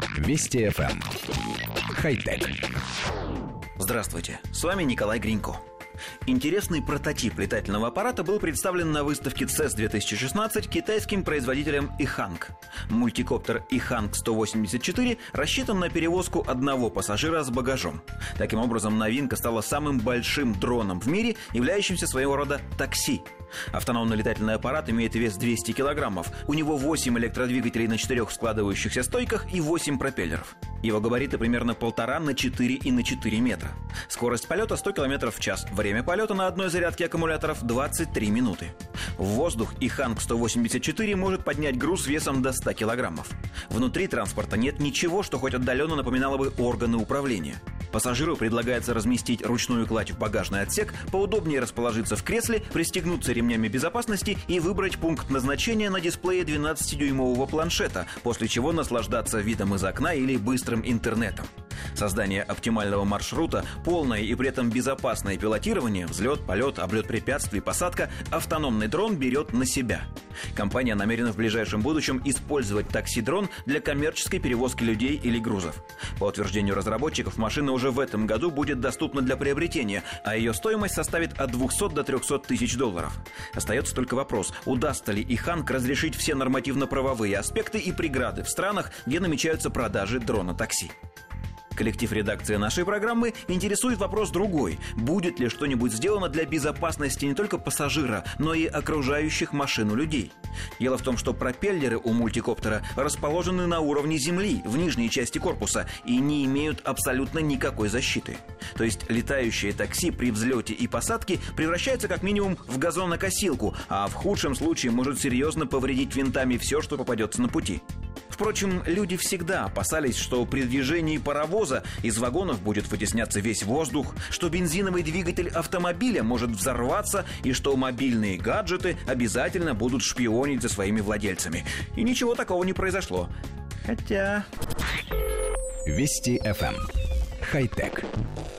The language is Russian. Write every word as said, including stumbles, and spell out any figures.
Вести эф эм. Хай-тек. Здравствуйте, с вами Николай Гринько. Интересный прототип летательного аппарата был представлен на выставке цэс две тысячи шестнадцать китайским производителем Иханг. Мультикоптер Иханг сто восемьдесят четыре рассчитан на перевозку одного пассажира с багажом. Таким образом, новинка стала самым большим дроном в мире, являющимся своего рода такси. Автономный летательный аппарат имеет вес двести килограммов. У него восемь электродвигателей на четырех складывающихся стойках и восемь пропеллеров. Его габариты примерно полтора на четыре и на четыре метра. Скорость полета сто километров в час. Время полета на одной зарядке аккумуляторов двадцать три минуты. В воздух Иханг сто восемьдесят четыре может поднять груз весом до ста килограммов. Внутри транспорта нет ничего, что хоть отдаленно напоминало бы органы управления. Пассажиру предлагается разместить ручную кладь в багажный отсек, поудобнее расположиться в кресле, пристегнуться ремнями безопасности и выбрать пункт назначения на дисплее двенадцатидюймового планшета, после чего наслаждаться видом из окна или быстрым интернетом. Создание оптимального маршрута, полное и при этом безопасное пилотирование, взлет, полет, облет препятствий, посадка автономный дрон берет на себя. Компания намерена в ближайшем будущем использовать такси-дрон для коммерческой перевозки людей или грузов. По утверждению разработчиков, машина уже в этом году будет доступна для приобретения, а ее стоимость составит от двухсот до трехсот тысяч долларов. Остается только вопрос, удастся ли Иханг разрешить все нормативно-правовые аспекты и преграды в странах, где намечаются продажи дрона-такси. Коллектив редакции нашей программы интересует вопрос другой. Будет ли что-нибудь сделано для безопасности не только пассажира, но и окружающих машину людей? Дело в том, что пропеллеры у мультикоптера расположены на уровне земли, в нижней части корпуса, и не имеют абсолютно никакой защиты. То есть летающее такси при взлете и посадке превращается как минимум в газонокосилку, а в худшем случае может серьезно повредить винтами все, что попадется на пути. Впрочем, люди всегда опасались, что при движении паровоза из вагонов будет вытесняться весь воздух, что бензиновый двигатель автомобиля может взорваться и что мобильные гаджеты обязательно будут шпионить за своими владельцами. И ничего такого не произошло. Хотя... Вести эф эм. Хай-тек.